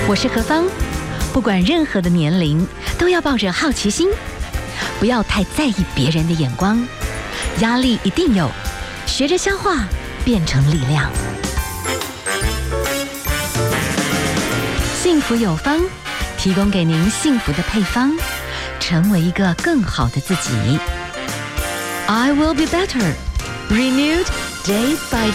我是何芳，不管任何的年龄，都要抱着好奇心，不要太在意别人的眼光，压力一定有，学着消化，变成力量。幸福有方，提供给您幸福的配方，成为一个更好的自己。I will be better, renewed day by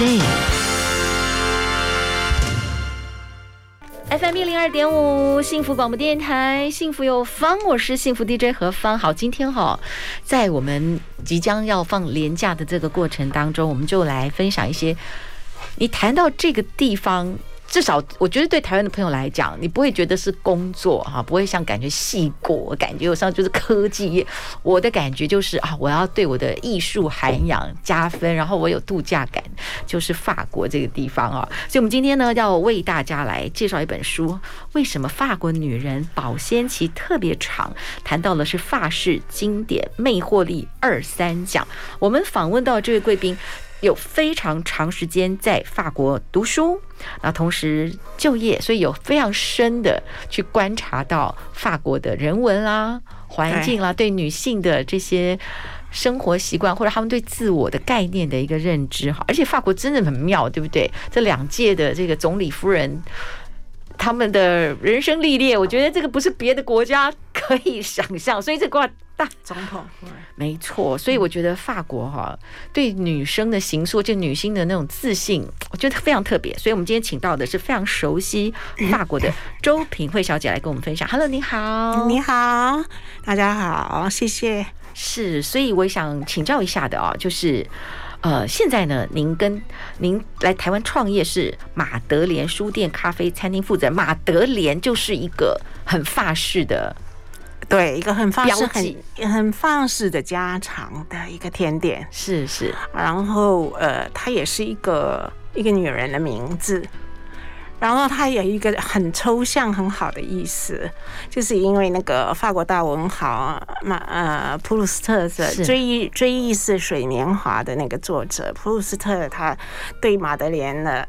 day。FM 102.5幸福广播电台，幸福有方，我是幸福 DJ 何芳。好，今天在我们即将要放连假的这个过程当中，我们就来分享一些你谈到这个地方。至少我觉得对台湾的朋友来讲，你不会觉得是工作哈，不会像感觉戏果，感觉有时候就是科技业。我的感觉就是我要对我的艺术涵养加分，然后我有度假感，就是法国这个地方啊。所以我们今天呢，要为大家来介绍一本书，为什么法国女人保鲜期特别长？谈到的是法式经典魅惑力2-3讲。我们访问到这位贵宾，有非常长时间在法国读书，那同时就业，所以有非常深的去观察到法国的人文啦、环境啦，对女性的这些生活习惯，或者他们对自我的概念的一个认知。而且法国真的很妙，对不对？这2届的这个总理夫人，他们的人生历练，我觉得这个不是别的国家可以想象，所以这个大总统没错。所以我觉得法国对女生的形塑，就女性的那种自信，我觉得非常特别。所以我们今天请到的是非常熟悉法国的周品慧小姐来跟我们分享。Hello， 你好。 你好，大家好，谢谢。 是，所以我想请教一下的就是现在呢，您来台湾创业是马德莲书店咖啡餐厅负责人。马德莲就是一个很法式的， 对，一个很法式、很法式的家常的一个甜点， 是。 然后它也是一个女人的名字。然后它有一个很抽象很好的意思，就是因为那个法国大文豪普鲁斯特的追忆似水年华的那个作者普鲁斯特，他对马德莲的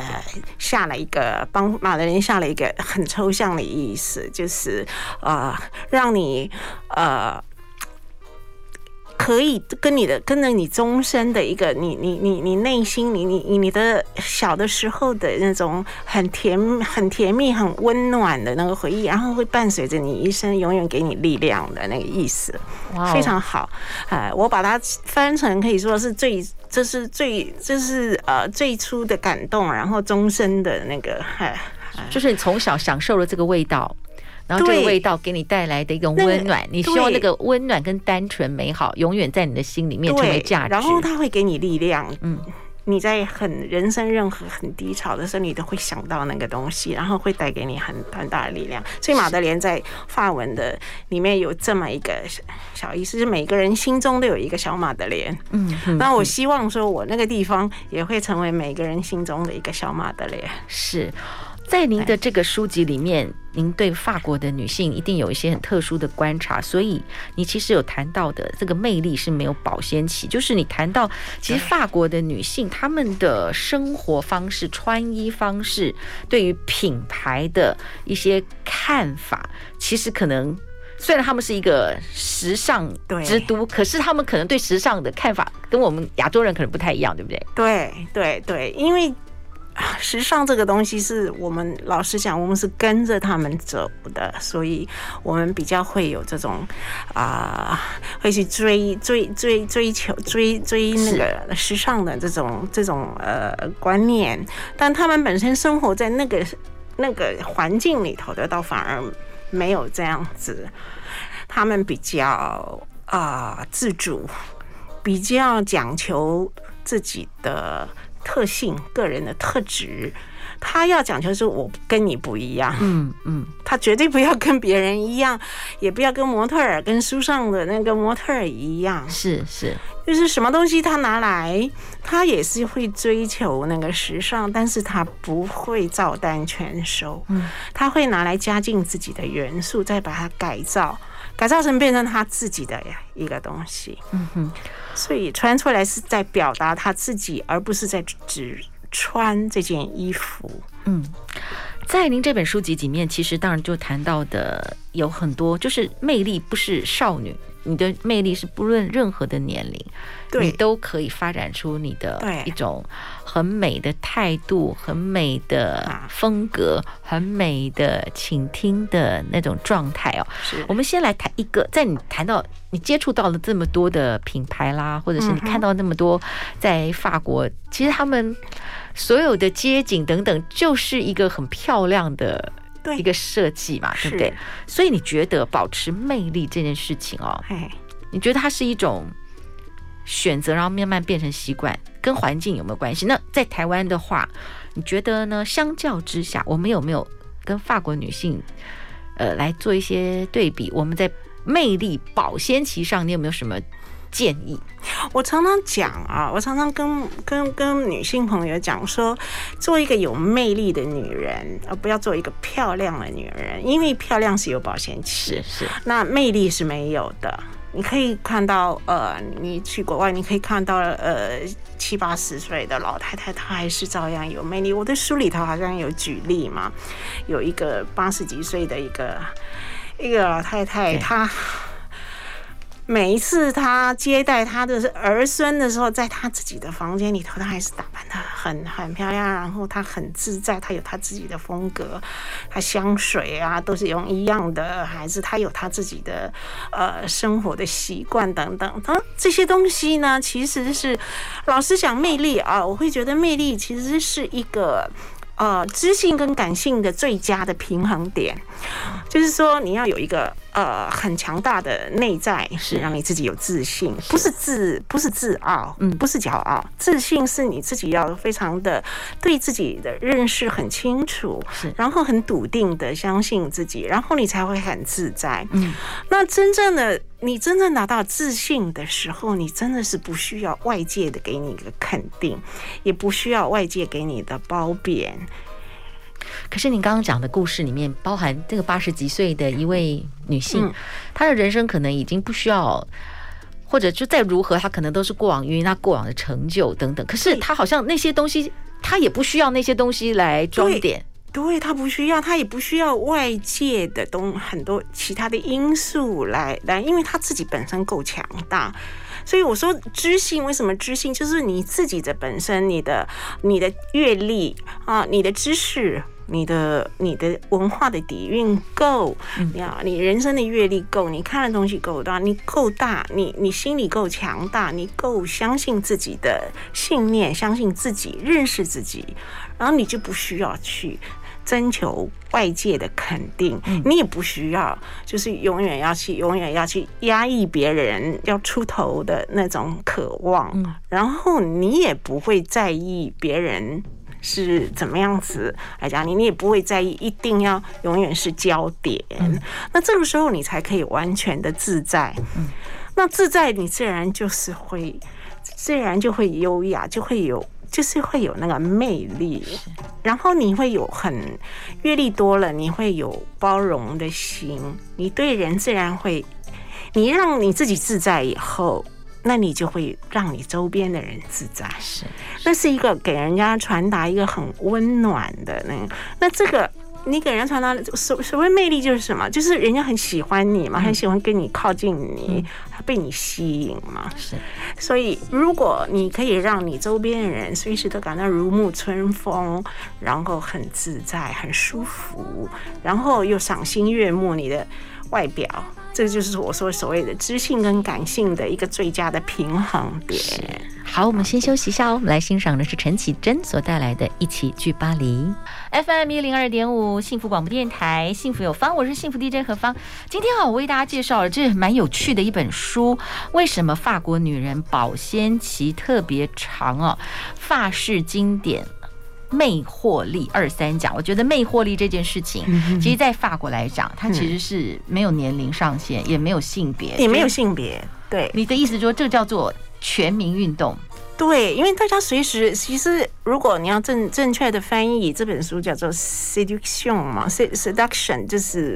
帮马德莲下了一个很抽象的意思，就是让你可以跟着你终身的一个你内心你的小的时候的那种很甜蜜很温暖的那个回忆，然后会伴随着你一生，永远给你力量的那个意思。非常好。我把它翻成可以说是这是最初的感动，然后终身的那个就是你从小享受了这个味道，然后这个味道给你带来的一种温暖，你希望那个温暖跟单纯美好永远在你的心里面成为价值。 然后它会给你力量。你在人生任何很低潮的时候，你都会想到那个东西，然后会带给你很大的力量。所以马德莲在法文的里面有这么一个小意思，就是每个人心中都有一个小马德莲。那我希望说我那个地方也会成为每个人心中的一个小马德莲。 是。在您的这个书籍里面，您对法国的女性一定有一些很特殊的观察，所以你其实有谈到的这个魅力是没有保鲜期，就是你谈到其实法国的女性她们的生活方式、穿衣方式，对于品牌的一些看法，其实可能虽然他们是一个时尚之都，可是他们可能对时尚的看法跟我们亚洲人可能不太一样，对不对？ 对，因为时尚这个东西是我们老实讲，我们是跟着他们走的，所以我们比较会有这种会去追求那个时尚的这种观念，但他们本身生活在那个环境里头的，倒反而没有这样子。他们比较自主，比较讲求自己的特性、个人的特质，他要讲求是我跟你不一样，他绝对不要跟别人一样，也不要跟模特儿、跟书上的那个模特儿一样， 是， 就是什么东西他拿来，他也是会追求那个时尚，但是他不会照单全收，他会拿来加进自己的元素，再把它改造成变成他自己的一个东西，所以穿出来是在表达他自己，而不是在只穿这件衣服。 在您这本书籍里面，其实当然就谈到的有很多，就是魅力不是少女，你的魅力是不论任何的年龄，你都可以发展出你的一种很美的态度、很美的风格、很美的倾听的那种状态哦。我们先来谈一个，在你谈到你接触到了这么多的品牌啦，或者是你看到那么多在法国，其实他们所有的街景等等，就是一个很漂亮的一个设计嘛，对不对？所以你觉得保持魅力这件事情哦，你觉得它是一种选择，然后慢慢变成习惯，跟环境有没有关系？那在台湾的话，你觉得呢？相较之下，我们有没有跟法国女性来做一些对比？我们在魅力保鲜期上，你有没有什么建议？ 我常常讲啊，我常常跟女性朋友讲说，做一个有魅力的女人，而不要做一个漂亮的女人，因为漂亮是有保鲜期， 是那魅力是没有的。你可以看到，你去国外，你可以看到，70、80岁的老太太，她还是照样有魅力。我的书里头好像有举例嘛，有一个80几岁的一个老太太，她每一次她接待她的儿孙的时候，在她自己的房间里头，她还是打扮得很漂亮，然后她很自在，她有她自己的风格，她香水啊都是用一样的，还是她有她自己的生活的习惯等等。这些东西呢，其实是老实讲，魅力啊，我会觉得魅力其实是一个知性跟感性的最佳的平衡点，就是说你要有一个很强大的内在，是让你自己有自信，不是自傲，不是骄傲，自信是你自己要非常的对自己的认识很清楚，然后很笃定的相信自己，然后你才会很自在。那你真正拿到自信的时候，你真的是不需要外界的给你一个肯定，也不需要外界给你的褒贬。 可是你刚刚讲的故事里面，包含这个80几岁的一位女性，她的人生可能已经不需要，或者就再如何，她可能都是过往因为她过往的成就等等。可是她好像那些东西，她也不需要那些东西来装点。 对，他不需要，他也不需要外界的很多其他的因素来，因为他自己本身够强大。所以我说知性，为什么知性？就是你自己的本身，你的阅历啊，你的知识，你的文化的底蕴够，你人生的阅历够，你看的东西够大，你够大，你心里够强大，你够相信自己的信念，相信自己，认识自己，然后你就不需要去征求外界的肯定，你也不需要就是永远要去压抑别人要出头的那种渴望，然后你也不会在意别人是怎么样子来讲你也不会在意一定要永远是焦点，那这个时候你才可以完全的自在，那自在你自然就会优雅，就是会有那个魅力，然后你会有阅历多了，你会有包容的心，你对人自然会，你让你自己自在以后，那你就会让你周边的人自在，那是一个给人家传达一个很温暖的那这个。你给人传达所谓魅力就是什么？就是人家很喜欢你嘛，很喜欢跟你靠近你，被你吸引嘛。所以如果你可以让你周边的人随时都感到如沐春风，然后很自在、很舒服，然后又赏心悦目你的外表，这就是我说所谓的知性跟感性的一个最佳的平衡点。 好，我们先休息一下哦。我们来欣赏的是陈绮贞所带来的《一起去巴黎》。FM 102.5幸福广播电台，幸福有方，我是幸福 DJ 何芳。今天我为大家介绍了这蛮有趣的一本书，为什么法国女人保鲜期特别长哦？法式经典魅惑力23讲，我觉得魅惑力这件事情，其实在法国来讲，它其实是没有年龄上限，也没有性别， 也没有性别。对， 你的意思说这叫做全民运动？ 对，因为大家随时，其实如果你要正确的翻译，这本书叫做 seduction 嘛 ，seduction 就是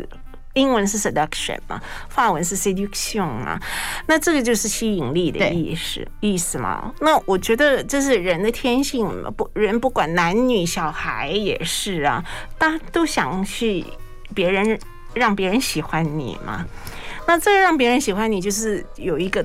英文是 seduction 嘛，法文是 seduction 嘛，那这个就是吸引力的意思嘛。那我觉得这是人的天性，人不管男女小孩也是啊，大家都想去让别人喜欢你嘛。那这让别人喜欢你，就是有一个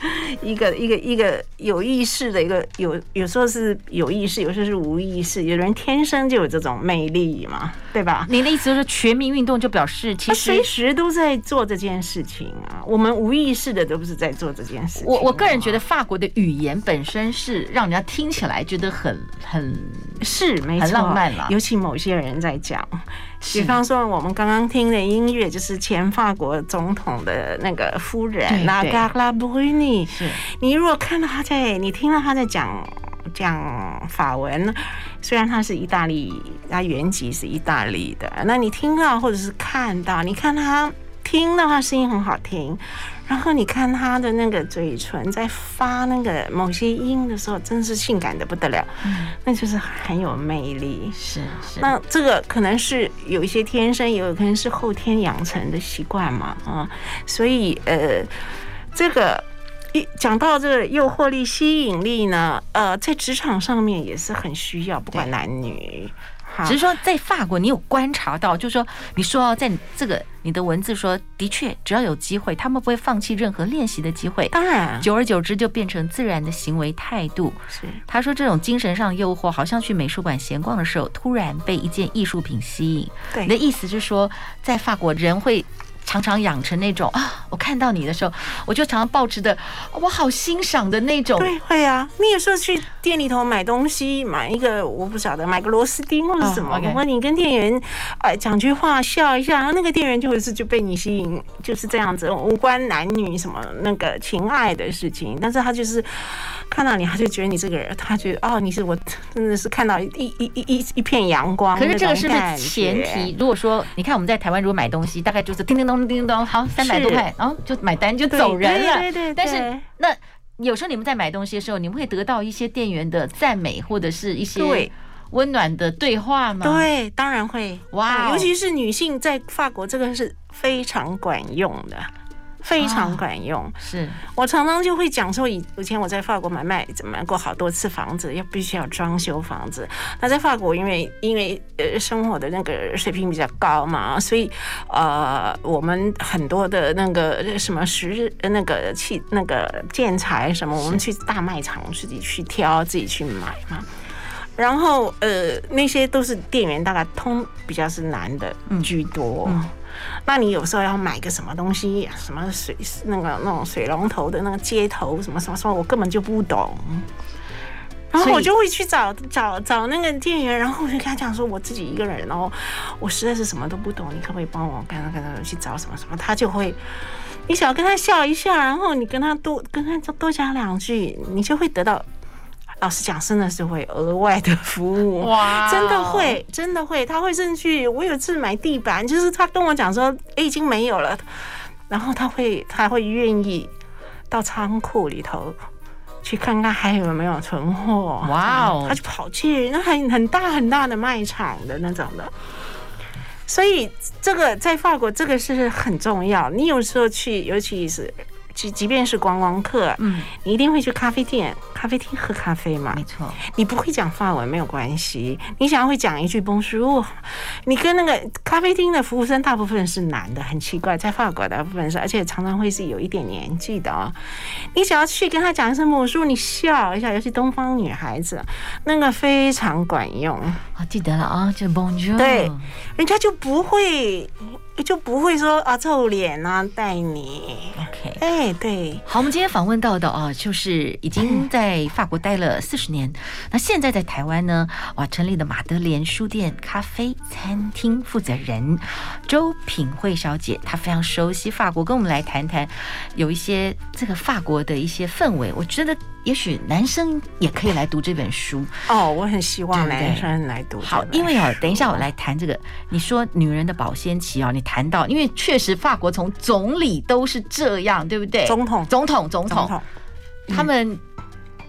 有意识的一个有时候是有意识，有时候是无意识。有人天生就有这种魅力嘛，对吧？ 您的意思就是全民运动就表示其实随时都在做这件事情啊，我们无意识的都不是在做这件事情。 我个人觉得法国的语言本身是让人家听起来觉得很是没错， 很浪漫啦。 尤其某些人在讲，比方说我们刚刚听的音乐，就是前法国总统的那个夫人拉嘎拉布瑞尼。你如果看到你听到他在讲法文，虽然他是意大利，他原籍是意大利的，那你听到或者是看到，你看他听到他声音很好听，然后你看他的那个嘴唇在发那个某些音的时候，真是性感的不得了，那就是很有魅力。是，那这个可能是有一些天生，也有可能是后天养成的习惯嘛，所以这个。讲到这个诱惑力、吸引力呢，在职场上面也是很需要，不管男女。 只是说在法国，你有观察到，就是说你说在这个你的文字说，的确只要有机会，他们不会放弃任何练习的机会。 当然， 久而久之就变成自然的行为态度。 是， 他说这种精神上诱惑，好像去美术馆闲逛的时候，突然被一件艺术品吸引。 对， 你的意思是说，在法国人会常常养成那种我看到你的时候，我就常常抱持的我好欣赏的那种。 对，会啊。你有时候去店里头买东西，买一个我不晓得，买个螺丝钉或者什么，然后你跟店员讲句话笑一下，然后那个店员就被你吸引，就是这样子，无关男女什么那个情爱的事情，但是他就是看到你，他就觉得你这个人，他觉得你是我真的是看到一片阳光。 可是这个是不是前提？如果说你看我们在台湾如果买东西，大概就是叮叮咚叮叮咚，好300多块，然后就买单就走人了。 对。 但是那有时候你们在买东西的时候，你们会得到一些店员的赞美，或者是一些温暖的对话吗？ 对，当然会。 哇， 尤其是女性在法国，这个是非常管用的。非常管用。 是我常常就会讲说，以前我在法国买过好多次房子，必须要装修房子。那在法国，因为生活的那个水平比较高嘛，所以我们很多的那个什么那个建材什么，我们去大卖场自己去挑，自己去买嘛。然后那些都是店员，大概比较是男的居多。那你有时候要买个什么东西，什么那种水龙头的那个接头什么什么，我根本就不懂。然后我就会去找那个店员，然后我就跟他讲说，我自己一个人，然后我实在是什么都不懂，你可不可以帮我跟他去找什么什么？他就会，你想要跟他笑一下，然后你跟他多讲两句，你就会得到。老实讲，真的是会额外的服务，哇，真的会，他会甚至我有一次买地板，就是他跟我讲说，已经没有了，然后他会愿意到仓库里头去看看还有没有存货，哇哦，他就跑去那很大的卖场的那种的，所以这个在法国这个是很重要，你有时候去，尤其是。即便是观光客，你一定会去咖啡厅喝咖啡嘛？ 没错， 你不会讲法文没有关系，你想要会讲一句 Bonjour， 你跟那个咖啡厅的服务生大部分是男的，很奇怪，在法国大部分是，而且常常会是有一点年纪的哦。你想要去跟他讲一声 Bonjour， 你笑一下，尤其东方女孩子，那个非常管用。 我记得了啊，就 Bonjour， 对，人家就不会说臭脸啊，带你。OK， 对。 好，我们今天访问到的就是已经在法国待了40年，那现在在台湾呢，成立了马德莲书店咖啡餐厅负责人周品慧小姐，她非常熟悉法国，跟我们来谈谈有一些这个法国的一些氛围。我觉得也许男生也可以来读这本书我很希望男生来读。 好，因为等一下我来谈这个，你说女人的保鲜期你谈到，因为确实法国从总理都是这样，对不对？总统，他们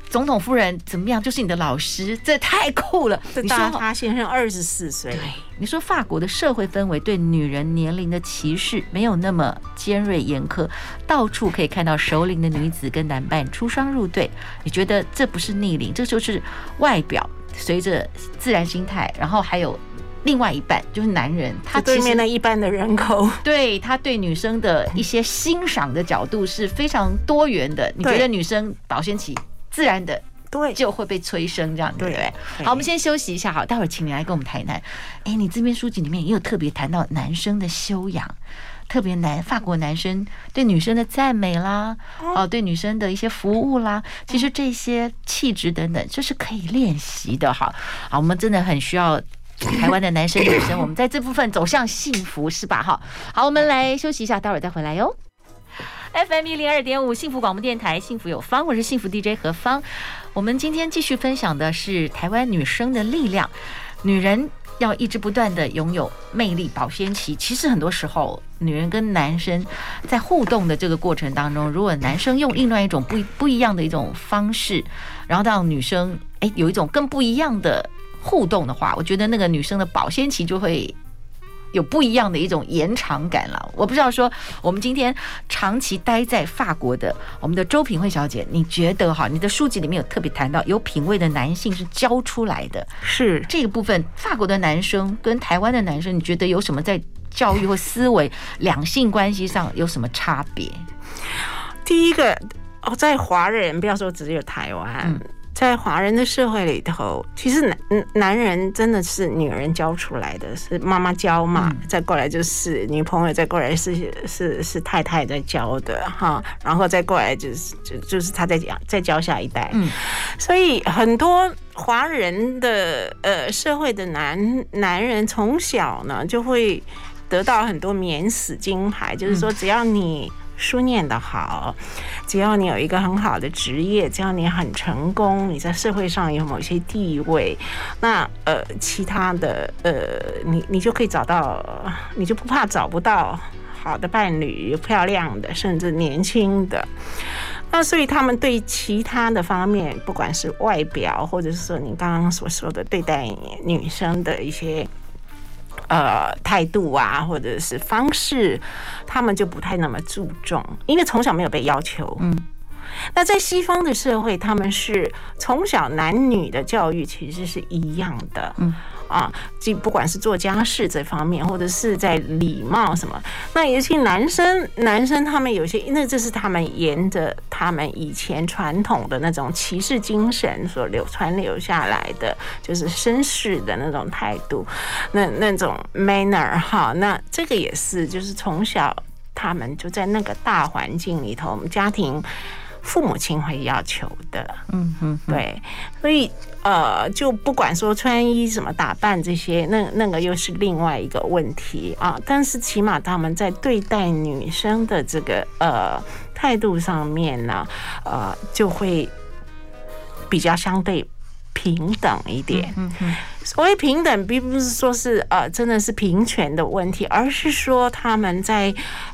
总统夫人怎么样，就是你的老师，这太酷了。 你说他先生24岁， 对，你说法国的社会氛围对女人年龄的歧视没有那么尖锐严苛，到处可以看到熟龄的女子跟男伴出双入对，你觉得这不是逆龄，这就是外表随着自然心态，然后还有另外一半就是男人，他对面那一半的人口， 对他对女生的一些欣赏的角度是非常多元的。你觉得女生保鲜期自然的对就会被催生，这样对不对？好，我们先休息一下，好，待会儿请你来跟我们谈谈。哎，你这篇书籍里面也有特别谈到男生的修养。特别法国男生对女生的赞美啦，对女生的一些服务啦，其实这些气质等等，这是可以练习的。好，我们真的很需要台湾的男生女生，我们在这部分走向幸福，是吧？好，我们来休息一下，待会儿再回来哟。FM 102.5幸福广播电台，幸福有方，我是幸福 DJ 何芳。我们今天继续分享的是台湾女生的力量，女人要一直不断的拥有魅力保鲜期。其实很多时候，女人跟男生在互动的这个过程当中，如果男生用另外一种不一样的一种方式，然后让女生有一种更不一样的互动的话，我觉得那个女生的保鲜期就会有不一样的一种延长感了。我不知道说我们今天长期待在法国的我们的周品慧小姐，你觉得你的书籍里面有特别谈到有品味的男性是教出来的， 是这个部分，法国的男生跟台湾的男生，你觉得有什么在教育或思维两性关系上有什么差别？ 第一个在华人，不要说只有台湾，在华人的社会里头，其实男人真的是女人教出来的，是妈妈教嘛，再过来就是女朋友，再过来是太太在教的哈，然后再过来就是他再教下一代，所以很多华人的社会的男人从小呢就会得到很多免死金牌，就是说只要你书念得好，只要你有一个很好的职业，只要你很成功，你在社会上有某些地位，那其他的你就可以找到，你就不怕找不到好的伴侣，漂亮的，甚至年轻的。那所以他们对其他的方面，不管是外表，或者是说你刚刚所说的对待女生的一些态度啊，或者是方式，他们就不太那么注重，因为从小没有被要求。那在西方的社会，他们是从小男女的教育其实是一样的。不管是做家事这方面，或者是在礼貌什么，那尤其男生他们有些，那这是他们沿着他们以前传统的那种骑士精神所传留下来的，就是绅士的那种态度，那种 manner 哈，那这个也是，就是从小他们就在那个大环境里头，我们家庭父母亲会要求的，对，所以就不管说穿衣什么打扮这些，那个又是另外一个问题啊。但是起码他们在对待女生的这个态度上面呢，就会比较相对平等一点。所谓平等，并不是说是真的是平权的问题，而是说他们在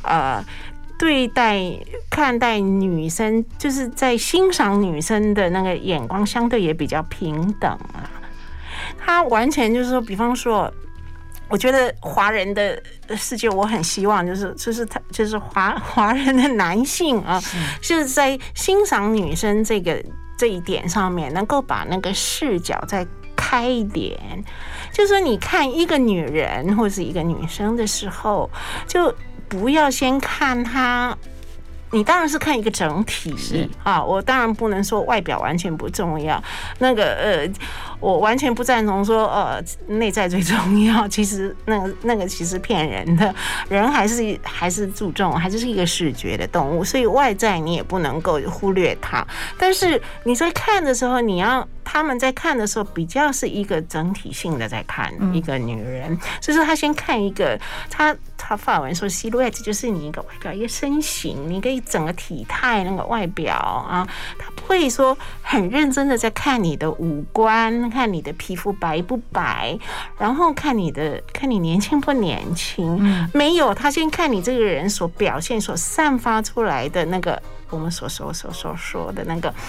看待女生，就是在欣赏女生的那个眼光相对也比较平等啊。他完全就是说，比方说，我觉得华人的世界，我很希望就是华人的男性啊，就是在欣赏女生这一点上面，能够把那个视角再开一点。就是说，你看一个女人或是一个女生的时候，就不要先看她，你当然是看一个整体啊。我当然不能说外表完全不重要，那个我完全不赞同说内在最重要。其实那个其实骗人的，人还是注重，还是一个视觉的动物，所以外在你也不能够忽略它。但是你在看的时候，他们在看的时候，比较是一个整体性的在看一个女人，就是他先看一个他法文说 silhouette， 就是你一个外表，一个身形，你一个整个体态那个外表啊，他不会说很认真的在看你的五官，看你的皮肤白不白，然后看你年轻不年轻，没有，他先看你这个人所表现所散发出来的那个我们所说的那个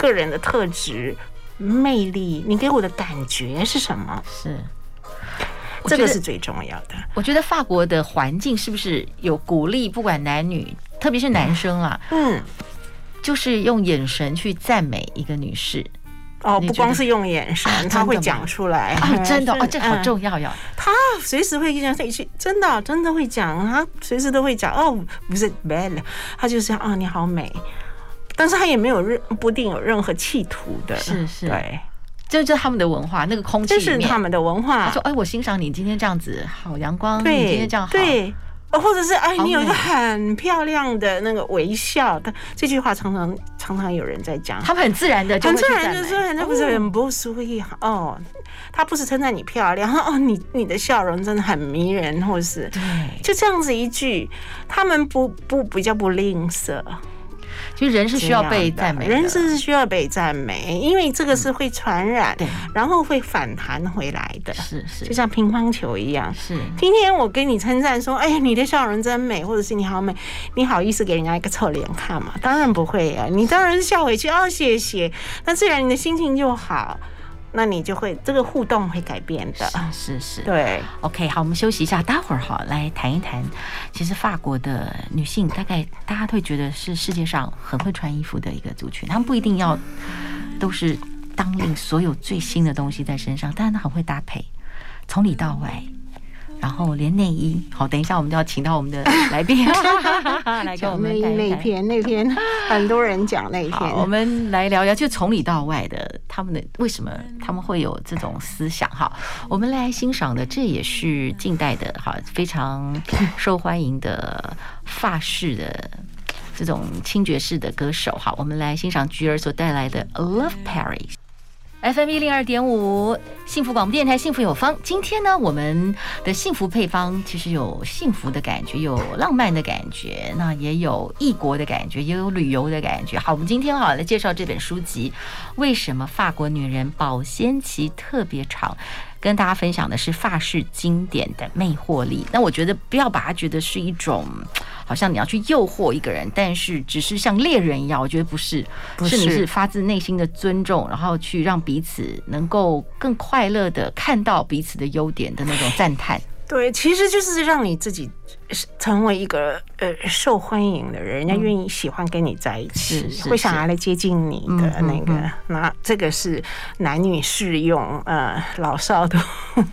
个人的特质、魅力，你给我的感觉是什么？ 是。 这个是最重要的。 我觉得法国的环境是不是有鼓励，不管男女，特别是男生啦，就是用眼神去赞美一个女士。 哦，不光是用眼神，他会讲出来啊，真的哦，这好重要呀。 他随时会讲，真的会讲，他随时都会讲。哦，不是 bad， 他就是啊，你好美，但是他也没有不一定有任何企图的， 是， 对。 就是他们的文化，那个空气里面， 这是他们的文化。 他说：“哎，我欣赏你今天这样子，好阳光，你今天这样好。” 对，或者是哎，你有一个很漂亮的那个微笑。这句话常常有人在讲， 他们很自然的， 很自然就说，那不是很不俗意哦。他不是称赞你漂亮，哦，你的笑容真的很迷人，或是对， 就这样子一句，他们比较不吝啬。 其实人是需要被赞美的， 人是需要被赞美，因为这个是会传染，然后会反弹回来的， 是， 就像乒乓球一样。 是， 今天我跟你称赞说，哎呀，你的笑容真美，或者是你好美，你好意思给人家一个臭脸看吗？当然不会啊，你当然是笑回去，哦，谢谢，那自然你的心情就好。那你就会这个互动会改变的， 是， 对。 OK， 好，我们休息一下，待会儿好来谈一谈。其实法国的女性，大概大家会觉得是世界上很会穿衣服的一个族群，她们不一定要都是当令所有最新的东西在身上，但是她很会搭配，从里到外。然后连内衣，好，等一下我们就要请到我们的来宾来跟我们谈那篇很多人讲那篇， 我们来聊聊，就从里到外的他们的为什么他们会有这种思想哈。我们来欣赏的，这也是近代的哈非常受欢迎的法式的这种轻爵士的歌手哈。我们来欣赏菊儿所带来的《Love Paris》。FM 102.5幸福广播电台，幸福有方。今天呢，我们的幸福配方其实有幸福的感觉，有浪漫的感觉，那也有异国的感觉，也有旅游的感觉。好，我们今天来介绍这本书籍，为什么法国女人保鲜期特别长？跟大家分享的是法式经典的魅惑力。那我觉得不要把它觉得是一种好像你要去诱惑一个人，但是只是像猎人一样，我觉得不是，是你是发自内心的尊重，然后去让彼此能够更快乐的看到彼此的优点的那种赞叹。 对，其实就是让你自己成为一个受欢迎的人，人家愿意喜欢跟你在一起，会想要来接近你的那个。那这个是男女适用，老少都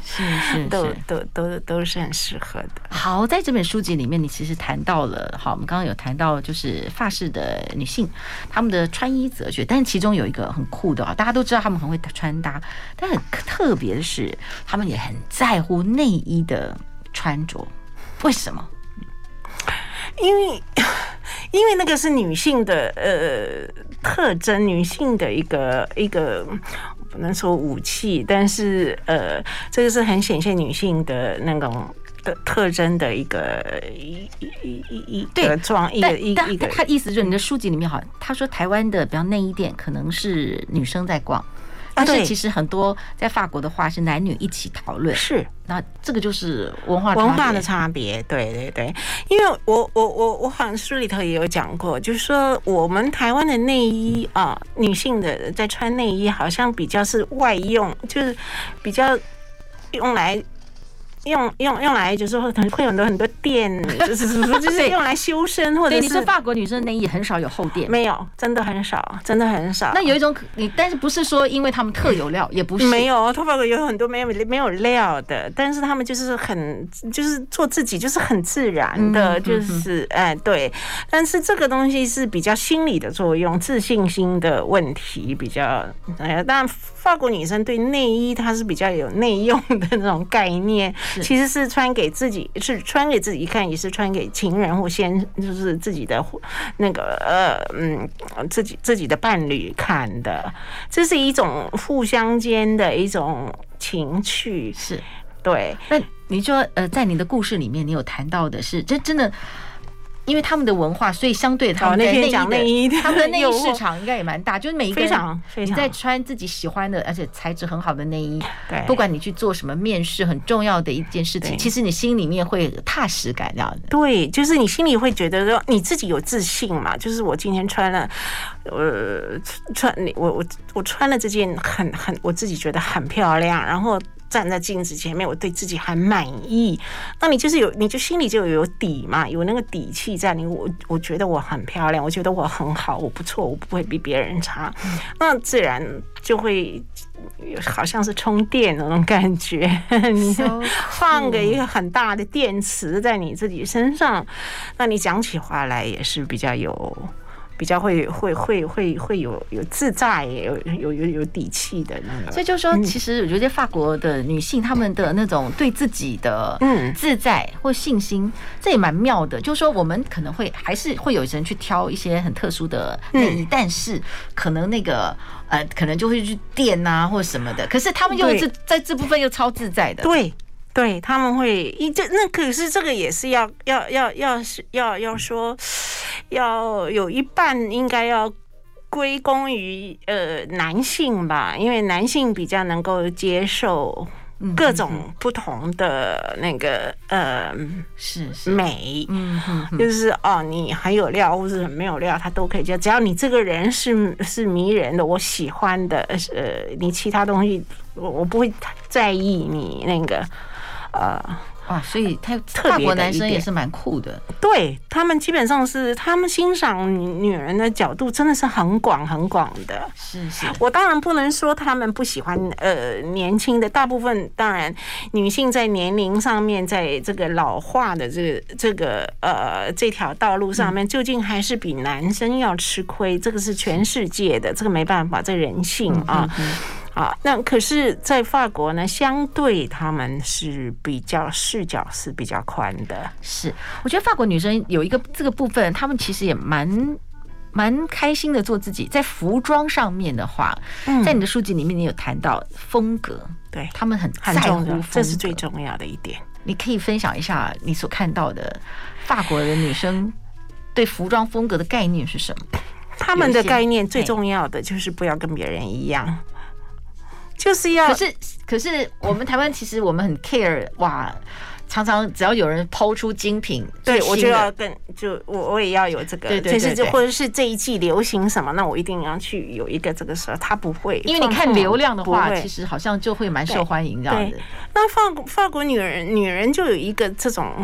都是很适合的。 好，在这本书籍里面，你其实谈到了，好，我们刚刚有谈到就是法式的女性她们的穿衣哲学，但是其中有一个很酷的，大家都知道她们很会穿搭，但很特别的是，她们也很在乎内衣的穿着。为什么？ 因为那个是女性的特征，女性的一个不能说武器，但是这个是很显现女性的那种的特征的一个他意思就是你的书籍里面好，他说台湾的比方内衣店可能是女生在逛。但是其实很多在法国的话是男女一起讨论， 是那这个就是文化的差别，对，因为我好像书里头也有讲过，就是说我们台湾的内衣啊，女性的在穿内衣好像比较是外用，就是比较用来。用来就是会有很多垫，就是用来修身，或者是你说法国女生内衣很少有厚垫， 没有，真的很少。 那有一种但是不是说因为他们特有料，也不是没有，法国有很多没有料的，但是他们就是就是做自己，就是很自然的，就是对。但是这个东西是比较心理的作用，自信心的问题比较当然法国女生对内衣她是比较有内用的那种概念。其实是穿给自己，一看，也是穿给情人或就是自己的那个自己的伴侣看的，这是一种互相间的一种情趣， 是对。 对， 那你说在你的故事里面，你有谈到的是，这真的因为他们的文化，所以相对他们那天讲内衣， 他们的内衣市场应该也蛮大，就是每一个人非常你在穿自己喜欢的，而且材质很好的内衣， 对， 不管你去做什么面试，很重要的一件事情，其实你心里面会踏实感这样的。 对，就是你心里会觉得说你自己有自信嘛，就是我今天穿了，我穿了这件很我自己觉得很漂亮，然后站在镜子前面，我对自己很满意。那你就是你就心里就有底嘛，有那个底气在你。我觉得我很漂亮，我觉得我很好，我不错，我不会比别人差。那自然就会好像是充电那种感觉，你放个一个很大的电池在你自己身上，那你讲起话来也是比较会有自在，有底气的那个。 所以就是说，其实我觉得法国的女性她们的那种对自己的自在或信心，这也蛮妙的。就是说，我们可能还是会有人去挑一些很特殊的内衣，但是可能那个可能就会去垫啊或者什么的。可是他们又是在这部分又超自在的。 对，他们会那可是这个也是要说，要有一半应该要归功于男性吧，因为男性比较能够接受各种不同的那个是美，就是你很有料或者很没有料，他都可以接受，只要你这个人是迷人的，我喜欢的，你其他东西我不会在意你那个。 所以法国男生也是蛮酷的， 对，他们基本上是他们欣赏女人的角度真的是很广的。 是， 我当然不能说他们不喜欢年轻的，大部分当然女性在年龄上面，在这个老化的这条道路上面，究竟还是比男生要吃亏，这个是全世界的，这个没办法，这人性啊。那可是，在法国呢，相对他们是视角是比较宽的。 是，我觉得法国女生有一个这个部分，她们其实也蛮开心的做自己。在服装上面的话，在你的书籍里面，你有谈到风格， 对， 他们很在乎风格， 这是最重要的一点。 你可以分享一下你所看到的法国的女生对服装风格的概念是什么？ 他们的概念最重要的就是不要跟别人一样。就是要， 可是我们台湾其实我们很 care 哇，常常只要有人抛出精品， 对我就要我也要有这个， 对， 或者是这一季流行什么，那我一定要去有一个这个时候，他不会， 因为你看流量的话，其实好像就会蛮受欢迎这样子。 那法国女人就有一个这种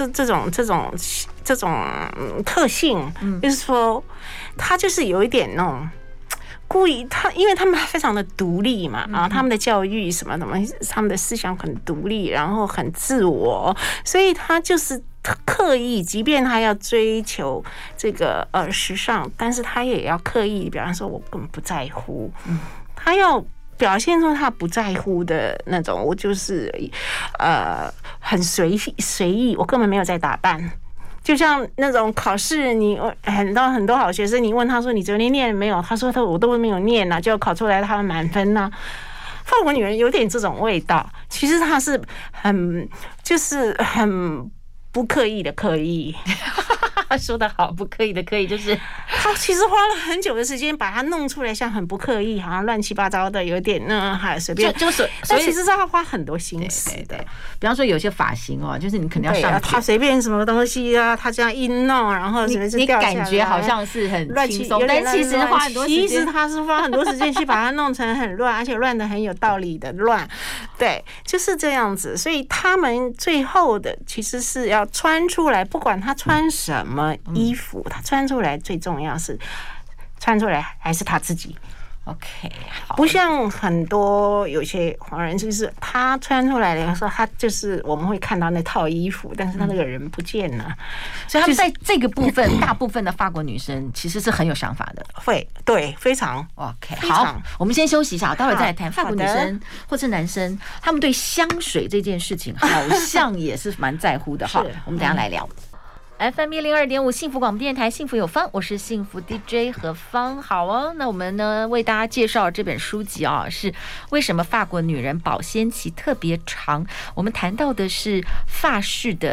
特性，就是说她就是有一点那种。故意因为他们非常的独立嘛，然后他们的教育什么，他们的思想很独立，然后很自我，所以他就是刻意，即便他要追求这个时尚，但是他也要刻意，比方说我根本不在乎，他要表现出他不在乎的那种，我就是很随意，我根本没有在打扮。就像那种考试，你很多好学生，你问他说你昨天念了没有？他说我都没有念啊，就考出来他的满分啊。法国女人有点这种味道，其实她是就是很不刻意的刻意。 说得好，不刻意的刻意，就是他其实花了很久的时间把它弄出来，像很不刻意，好像乱七八糟的，有点还随便，但其实是要花很多心思的。 比方说有些发型就是你肯定要上去， 他随便什么东西啊，他这样一弄，然后你感觉好像是很轻松，但其实花很多时间。 其实他是花很多时间去把它弄成很乱，而且乱的很有道理的乱。对，就是这样子。所以他们最后的其实是要穿出来，不管他穿什么衣服，他穿出来最重要是穿出来还是他自己。 OK， 好， 不像很多有些华人，就是他穿出来的时候，他就是我们会看到那套衣服，但是他那个人不见了。 所以他们在这个部分，大部分的法国女生其实是很有想法的。 对，非常 OK。好，我们先休息一下，待会儿再来谈法国女生或是男生，他们对香水这件事情好像也是蛮在乎的。好，我们等一下来聊。FM 102.5幸福广播电台，幸福有方，我是幸福 DJ 何芳。好哦，那我们呢为大家介绍这本书籍是为什么法国女人保鲜期特别长。我们谈到的是法式的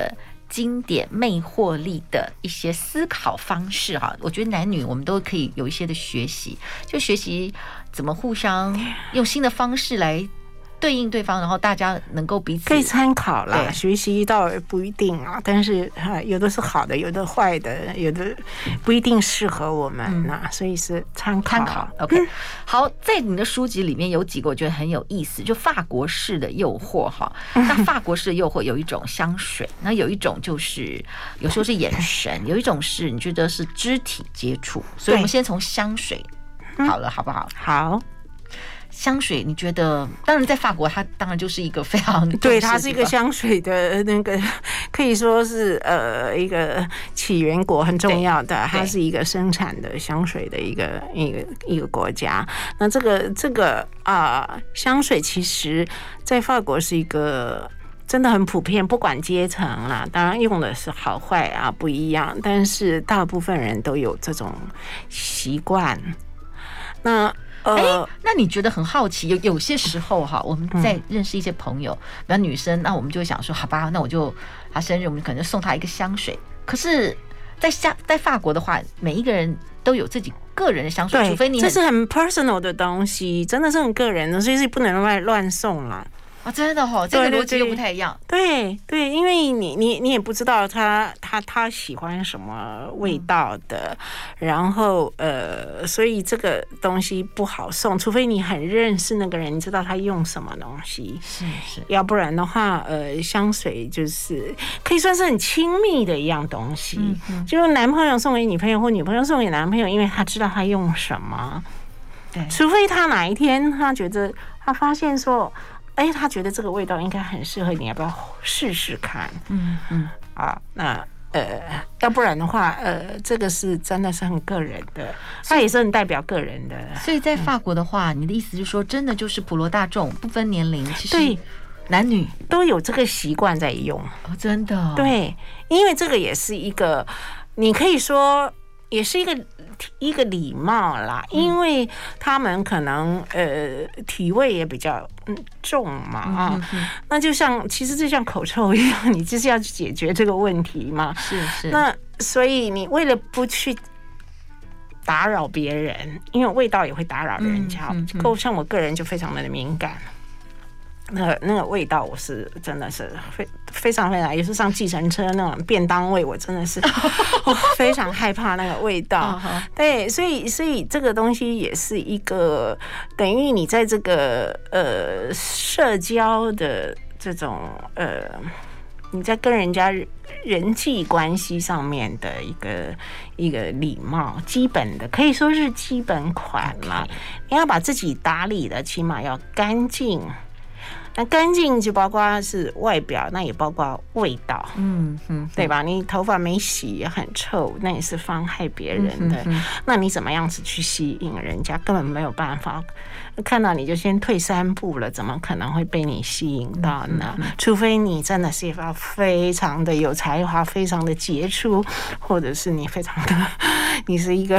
经典魅惑力的一些思考方式哈，我觉得男女我们都可以有一些的学习，就学习怎么互相用新的方式来对应对方，然后大家能够彼此可以参考啦，学习倒不一定啊，但是有的是好的，有的坏的，有的不一定适合我们呐，所以是参考。 OK， 好，在你的书籍里面有几个我觉得很有意思，就法国式的诱惑哈。那法国式的诱惑有一种香水，那有一种就是有时候是眼神，有一种是你觉得是肢体接触，所以我们先从香水好了，好不好？ 好。 香水，你觉得？当然，在法国，它当然就是一个非常对，它是一个香水的那个，可以说是一个起源国，很重要的。它是一个生产的香水的一个国家。那这个香水其实在法国是一个真的很普遍，不管阶层啦，当然用的是好坏啊不一样，但是大部分人都有这种习惯。 那你觉得很好奇，有些时候哈，我们在认识一些朋友，比如女生，那我们就会想说，好吧，那我就她生日，我们可能送她一个香水。可是在法国的话，每一个人都有自己个人的香水，除非你这是很 personal 的东西，真的是很个人的，所以是不能乱送啦。 真的哦，这个逻辑又不太一样。 对，因为你也不知道他喜欢什么味道的，然后所以这个东西不好送，除非你很认识那个人，你知道他用什么东西。是，要不然的话，香水就是可以算是很亲密的一样东西，就是男朋友送给女朋友或女朋友送给男朋友，因为他知道他用什么。对，除非他哪一天他发现说。他觉得这个味道应该很适合你，要不要试试看？那要不然的话，这个是真的是很个人的，它也是很代表个人的。 所以在法国的话，你的意思就是说，真的就是普罗大众不分年龄，其实男女都有这个习惯在用。 真的。 对，因为这个也是一个，你可以说也是一个礼貌啦，因为他们可能体味也比较重嘛那其实就像口臭一样，你就是要去解决这个问题嘛。 是。 那所以你为了不去打扰别人，因为味道也会打扰人家，像我个人就非常的敏感。那个味道，我是真的是非常非常，也是上计程车那种便当味，我真的是非常害怕那个味道。对，所以这个东西也是一个等于你在这个社交的这种你在跟人家人际关系上面的一个礼貌，基本的可以说是基本款啦。你要把自己打理的起码要干净。那干净就包括是外表，那也包括味道，对吧？你头发没洗也很臭，那也是妨害别人的。那你怎么样子去吸引人家？根本没有办法，看到你就先退3步了，怎么可能会被你吸引到呢？除非你真的是要非常的有才华，非常的杰出，或者是你非常的，你是一个，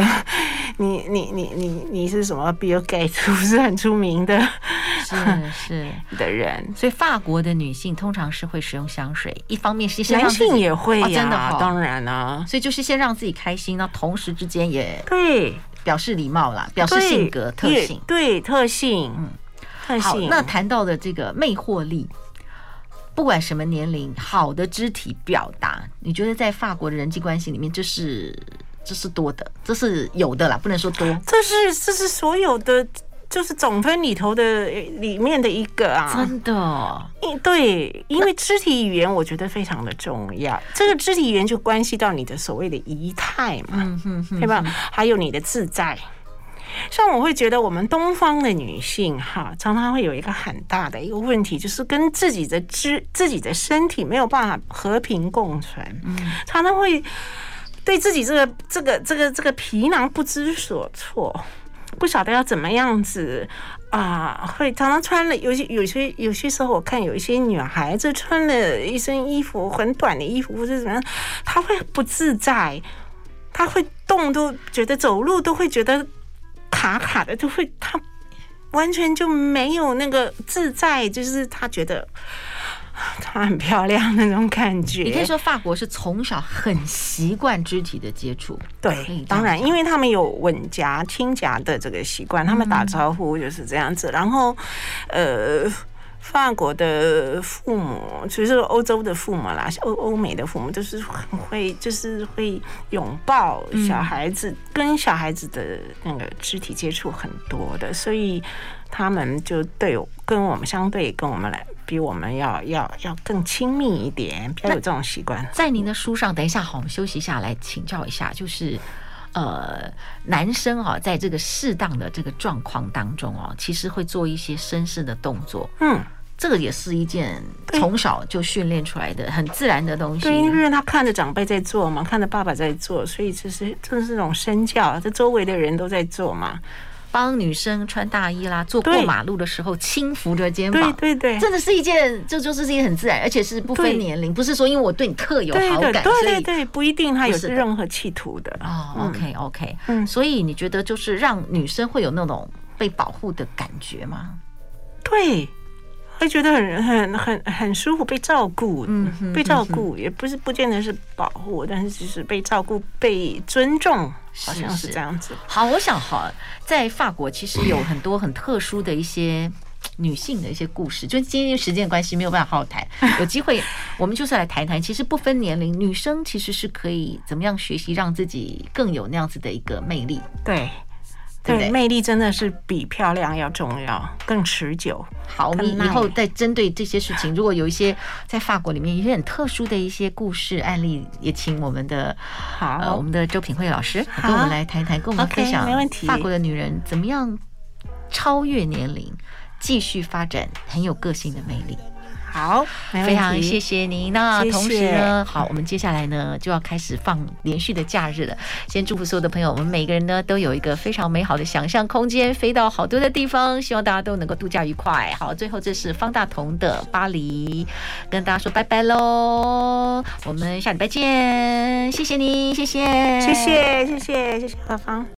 你是什么 Bill Gates 不是很出名的，是的人。 所以法国的女性通常是会使用香水，一方面是先让自己， 男性也会呀， 真的当然啊，所以就是先让自己开心，那同时之间也对表示礼貌啦，表示性格特性， 对特性， 好，那谈到的这个魅惑力，不管什么年龄，好的肢体表达，你觉得在法国的人际关系里面，这是多的，这是有的啦，不能说多， 这是所有的。就是总分里面的一个啊， 真的， 对，因为肢体语言我觉得非常的重要，这个肢体语言就关系到你的所谓的仪态嘛，对吧？还有你的自在。像我会觉得我们东方的女性常常会有一个很大的一个问题，就是跟自己的身体没有办法和平共存，常常会对自己这个皮囊不知所措。不晓得要怎么样子会常常穿了有些时候，我看有一些女孩子穿了一身衣服很短的衣服或者怎么样，她会不自在，她会动都觉得走路都会觉得卡卡的，她完全就没有那个自在，就是她觉得她很漂亮那种感觉。 你可以说法国是从小很习惯肢体的接触， 对，当然，因为他们有吻颊、亲颊的这个习惯，他们打招呼就是这样子。然后，法国的父母，就是欧洲的父母啦，欧美的父母，就是很会，就是会拥抱小孩子，跟小孩子的那个肢体接触很多的，所以他们就跟我们相对，跟我们来比我们要更亲密一点，比较有这种习惯。 在您的书上，等一下好，我们休息一下来请教一下，就是男生在这个适当的这个状况当中其实会做一些绅士的动作，这个也是一件从小就训练出来的很自然的东西。 对，因为他看着长辈在做嘛，看着爸爸在做，所以这是这种身教，这周围的人都在做嘛。 帮女生穿大衣啦，坐过马路的时候轻扶着肩膀， 对， 真的是一件，这就是一件很自然，而且是不分年龄，不是说因为我对你特有好感， 对，不一定他有任何企图的。 OK， 所以你觉得就是让女生会有那种被保护的感觉吗？ 对。会觉得很舒服，被照顾，被照顾也不见得是保护，但是只是被照顾、被尊重，好像是这样子。 好，我想在法国其实有很多很特殊的一些女性的一些故事，就今天时间的关系没有办法好好谈，有机会我们就是来谈谈，其实不分年龄，女生其实是可以怎么样学习让自己更有那样子的一个魅力。 对，魅力真的是比漂亮要重要，更持久。 好，我们以后再针对这些事情，如果有一些在法国里面一些很特殊的一些故事案例，也请我们的我们的周品慧老师跟我们来谈一谈，跟我们分享法国的女人怎么样超越年龄，继续发展很有个性的魅力。 好， 非常谢谢您。那同时呢，好，我们接下来呢就要开始放连续的假日了。先祝福所有的朋友，我们每个人呢都有一个非常美好的想象空间，飞到好多的地方，希望大家都能够度假愉快。好，最后这是方大同的巴黎，跟大家说拜拜喽，我们下礼拜见，谢谢您，谢谢芳芳。